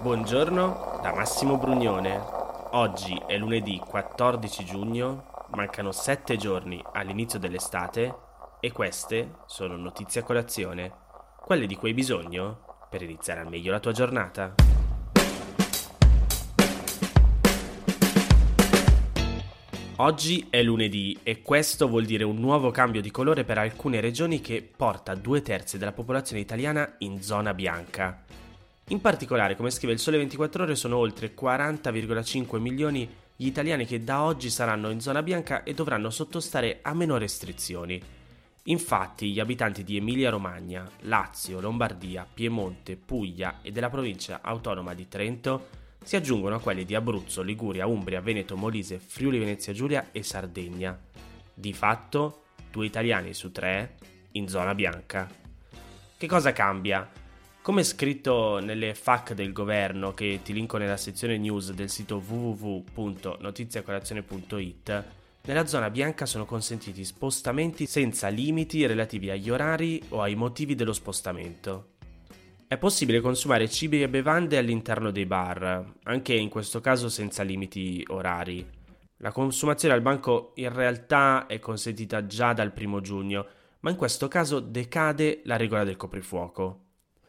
Buongiorno da Massimo Brugnone. Oggi è lunedì 14 giugno, mancano 7 giorni all'inizio dell'estate e queste sono notizie a colazione, quelle di cui hai bisogno per iniziare al meglio la tua giornata. Oggi è lunedì e questo vuol dire un nuovo cambio di colore per alcune regioni che porta 2/3 della popolazione italiana in zona bianca. In particolare, come scrive il Sole 24 Ore, sono oltre 40,5 milioni gli italiani che da oggi saranno in zona bianca e dovranno sottostare a meno restrizioni. Infatti, gli abitanti di Emilia-Romagna, Lazio, Lombardia, Piemonte, Puglia e della provincia autonoma di Trento si aggiungono a quelli di Abruzzo, Liguria, Umbria, Veneto, Molise, Friuli Venezia Giulia e Sardegna. Di fatto, 2 italiani su 3 in zona bianca. Che cosa cambia? Come scritto nelle FAQ del governo, che ti linko nella sezione news del sito www.notiziacolazione.it, nella zona bianca sono consentiti spostamenti senza limiti relativi agli orari o ai motivi dello spostamento. È possibile consumare cibi e bevande all'interno dei bar, anche in questo caso senza limiti orari. La consumazione al banco in realtà è consentita già dal 1 giugno, ma in questo caso decade la regola del coprifuoco.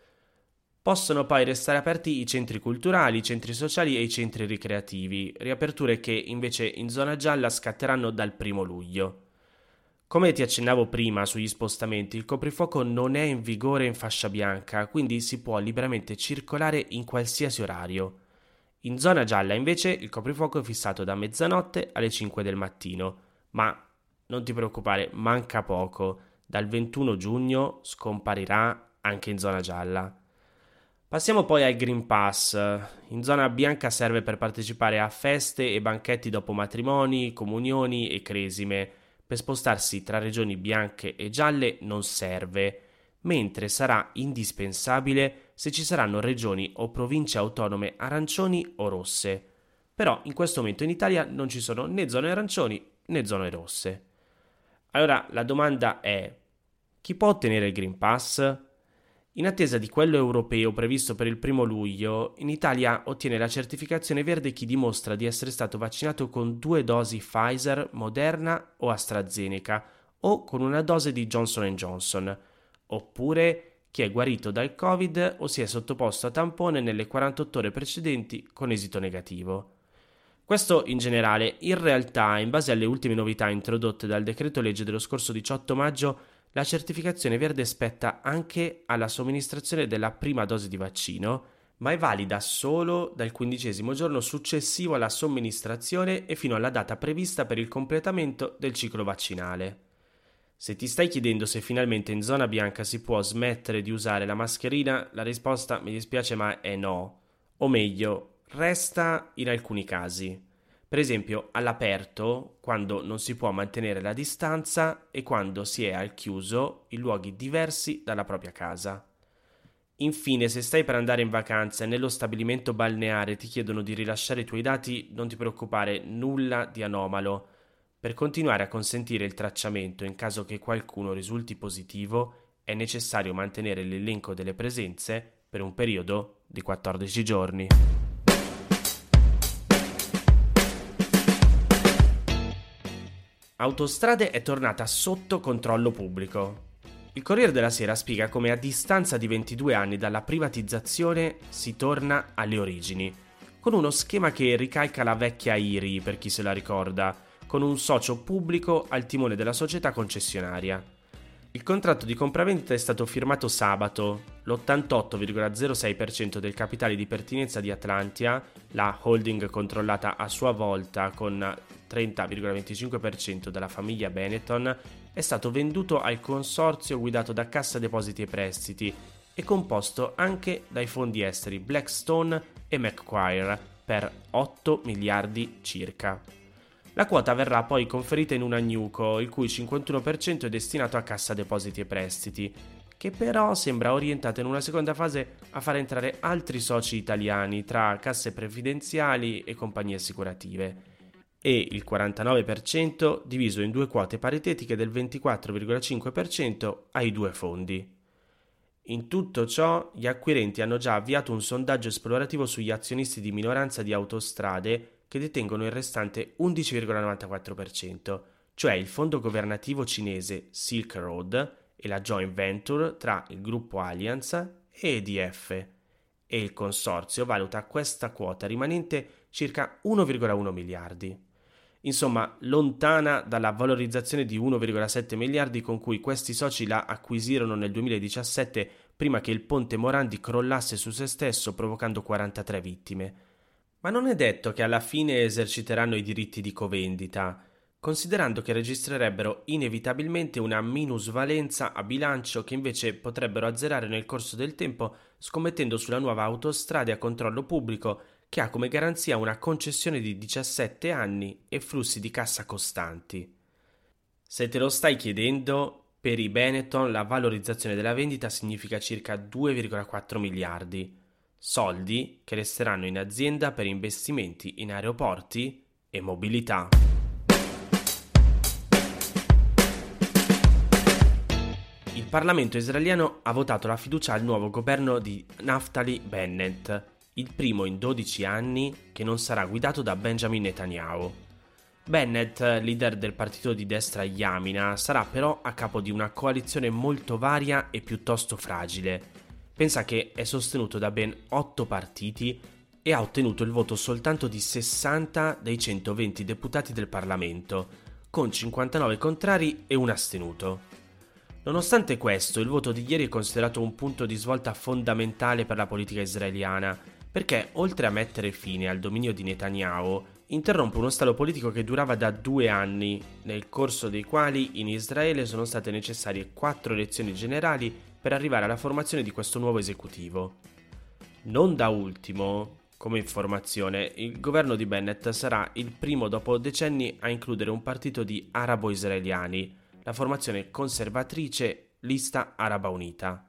Possono poi restare aperti i centri culturali, i centri sociali e i centri ricreativi, riaperture che invece in zona gialla scatteranno dal 1 luglio. Come ti accennavo prima sugli spostamenti, il coprifuoco non è in vigore in fascia bianca, quindi si può liberamente circolare in qualsiasi orario. In zona gialla invece il coprifuoco è fissato da mezzanotte alle 5 del mattino, ma non ti preoccupare, manca poco, dal 21 giugno scomparirà anche in zona gialla. Passiamo poi al Green Pass. In zona bianca serve per partecipare a feste e banchetti dopo matrimoni, comunioni e cresime. Per spostarsi tra regioni bianche e gialle non serve, mentre sarà indispensabile se ci saranno regioni o province autonome arancioni o rosse. Però in questo momento in Italia non ci sono né zone arancioni né zone rosse. Allora la domanda è: chi può ottenere il Green Pass? In attesa di quello europeo previsto per il 1 luglio, in Italia ottiene la certificazione verde chi dimostra di essere stato vaccinato con 2 dosi Pfizer, Moderna o AstraZeneca o con una dose di Johnson & Johnson, oppure chi è guarito dal Covid o si è sottoposto a tampone nelle 48 ore precedenti con esito negativo. Questo in generale. In realtà, in base alle ultime novità introdotte dal decreto legge dello scorso 18 maggio, la certificazione verde spetta anche alla somministrazione della prima dose di vaccino, ma è valida solo dal 15° giorno successivo alla somministrazione e fino alla data prevista per il completamento del ciclo vaccinale. Se ti stai chiedendo se finalmente in zona bianca si può smettere di usare la mascherina, la risposta, mi dispiace, ma è no. O meglio, resta in alcuni casi. Per esempio all'aperto, quando non si può mantenere la distanza e quando si è al chiuso in luoghi diversi dalla propria casa. Infine, se stai per andare in vacanza e nello stabilimento balneare ti chiedono di rilasciare i tuoi dati, non ti preoccupare, nulla di anomalo. Per continuare a consentire il tracciamento in caso che qualcuno risulti positivo, è necessario mantenere l'elenco delle presenze per un periodo di 14 giorni. Autostrade è tornata sotto controllo pubblico. Il Corriere della Sera spiega come a distanza di 22 anni dalla privatizzazione si torna alle origini, con uno schema che ricalca la vecchia IRI, per chi se la ricorda, con un socio pubblico al timone della società concessionaria. Il contratto di compravendita è stato firmato sabato. L'88,06% del capitale di pertinenza di Atlantia, la holding controllata a sua volta con 30,25% dalla famiglia Benetton, è stato venduto al consorzio guidato da Cassa Depositi e Prestiti e composto anche dai fondi esteri Blackstone e Macquarie per 8 miliardi circa. La quota verrà poi conferita in un agnuco, il cui 51% è destinato a Cassa Depositi e Prestiti, che però sembra orientata in una seconda fase a far entrare altri soci italiani tra casse previdenziali e compagnie assicurative, e il 49% diviso in 2 quote paritetiche del 24,5% ai 2 fondi. In tutto ciò, gli acquirenti hanno già avviato un sondaggio esplorativo sugli azionisti di minoranza di Autostrade che detengono il restante 11,94%, cioè il fondo governativo cinese Silk Road e la joint venture tra il gruppo Allianz e EDF, e il consorzio valuta questa quota rimanente circa 1,1 miliardi. Insomma, lontana dalla valorizzazione di 1,7 miliardi con cui questi soci la acquisirono nel 2017 prima che il ponte Morandi crollasse su se stesso provocando 43 vittime. Ma non è detto che alla fine eserciteranno i diritti di covendita, considerando che registrerebbero inevitabilmente una minusvalenza a bilancio che invece potrebbero azzerare nel corso del tempo scommettendo sulla nuova autostrada a controllo pubblico che ha come garanzia una concessione di 17 anni e flussi di cassa costanti. Se te lo stai chiedendo, per i Benetton la valorizzazione della vendita significa circa 2,4 miliardi, soldi che resteranno in azienda per investimenti in aeroporti e mobilità. Il Parlamento israeliano ha votato la fiducia al nuovo governo di Naftali Bennett, il primo in 12 anni che non sarà guidato da Benjamin Netanyahu. Bennett, leader del partito di destra Yamina, sarà però a capo di una coalizione molto varia e piuttosto fragile. Pensa che è sostenuto da ben 8 partiti e ha ottenuto il voto soltanto di 60 dei 120 deputati del Parlamento, con 59 contrari e un astenuto. Nonostante questo, il voto di ieri è considerato un punto di svolta fondamentale per la politica israeliana, perché oltre a mettere fine al dominio di Netanyahu, interrompe uno stallo politico che durava da 2 anni, nel corso dei quali in Israele sono state necessarie 4 elezioni generali per arrivare alla formazione di questo nuovo esecutivo. Non da ultimo, come informazione, il governo di Bennett sarà il primo dopo decenni a includere un partito di arabo-israeliani, la formazione conservatrice Lista Araba Unita.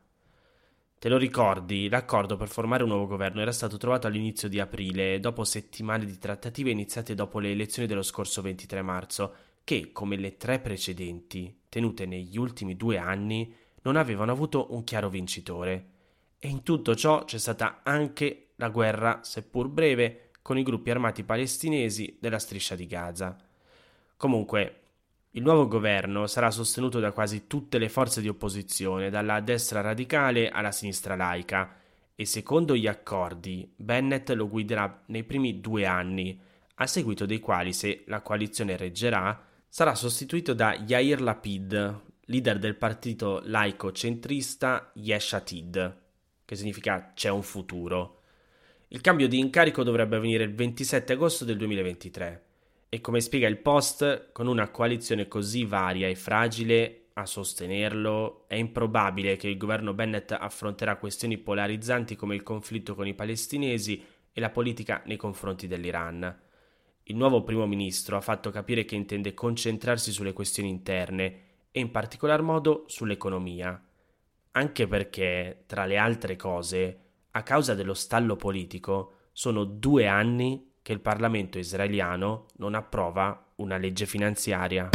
Te lo ricordi? L'accordo per formare un nuovo governo era stato trovato all'inizio di aprile, dopo settimane di trattative iniziate dopo le elezioni dello scorso 23 marzo, che, come le 3 precedenti, tenute negli ultimi 2 anni, non avevano avuto un chiaro vincitore. E in tutto ciò c'è stata anche la guerra, seppur breve, con i gruppi armati palestinesi della striscia di Gaza. Comunque, il nuovo governo sarà sostenuto da quasi tutte le forze di opposizione, dalla destra radicale alla sinistra laica, e secondo gli accordi Bennett lo guiderà nei primi 2 anni, a seguito dei quali, se la coalizione reggerà, sarà sostituito da Yair Lapid, leader del partito laico-centrista Yesh Atid, che significa c'è un futuro. Il cambio di incarico dovrebbe avvenire il 27 agosto del 2023. E come spiega il Post, con una coalizione così varia e fragile a sostenerlo, è improbabile che il governo Bennett affronterà questioni polarizzanti come il conflitto con i palestinesi e la politica nei confronti dell'Iran. Il nuovo primo ministro ha fatto capire che intende concentrarsi sulle questioni interne e in particolar modo sull'economia. Anche perché, tra le altre cose, a causa dello stallo politico, sono 2 anni che il Parlamento israeliano non approva una legge finanziaria.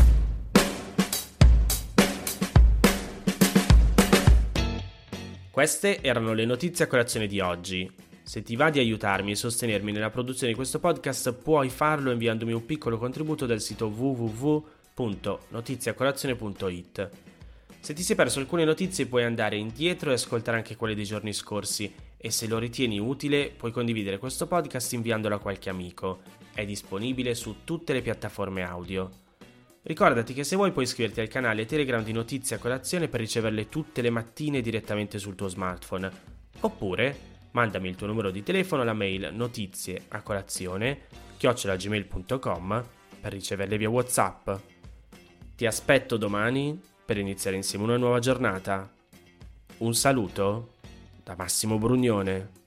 Queste erano le notizie a colazione di oggi. Se ti va di aiutarmi e sostenermi nella produzione di questo podcast, puoi farlo inviandomi un piccolo contributo dal sito www.notiziacolazione.it. Se ti sei perso alcune notizie puoi andare indietro e ascoltare anche quelle dei giorni scorsi, e se lo ritieni utile puoi condividere questo podcast inviandolo a qualche amico. È disponibile su tutte le piattaforme audio. Ricordati che se vuoi puoi iscriverti al canale Telegram di Notizie a Colazione per riceverle tutte le mattine direttamente sul tuo smartphone. Oppure mandami il tuo numero di telefono alla mail notizieacolazione@gmail.com per riceverle via WhatsApp. Ti aspetto domani per iniziare insieme una nuova giornata. Un saluto da Massimo Brugnone.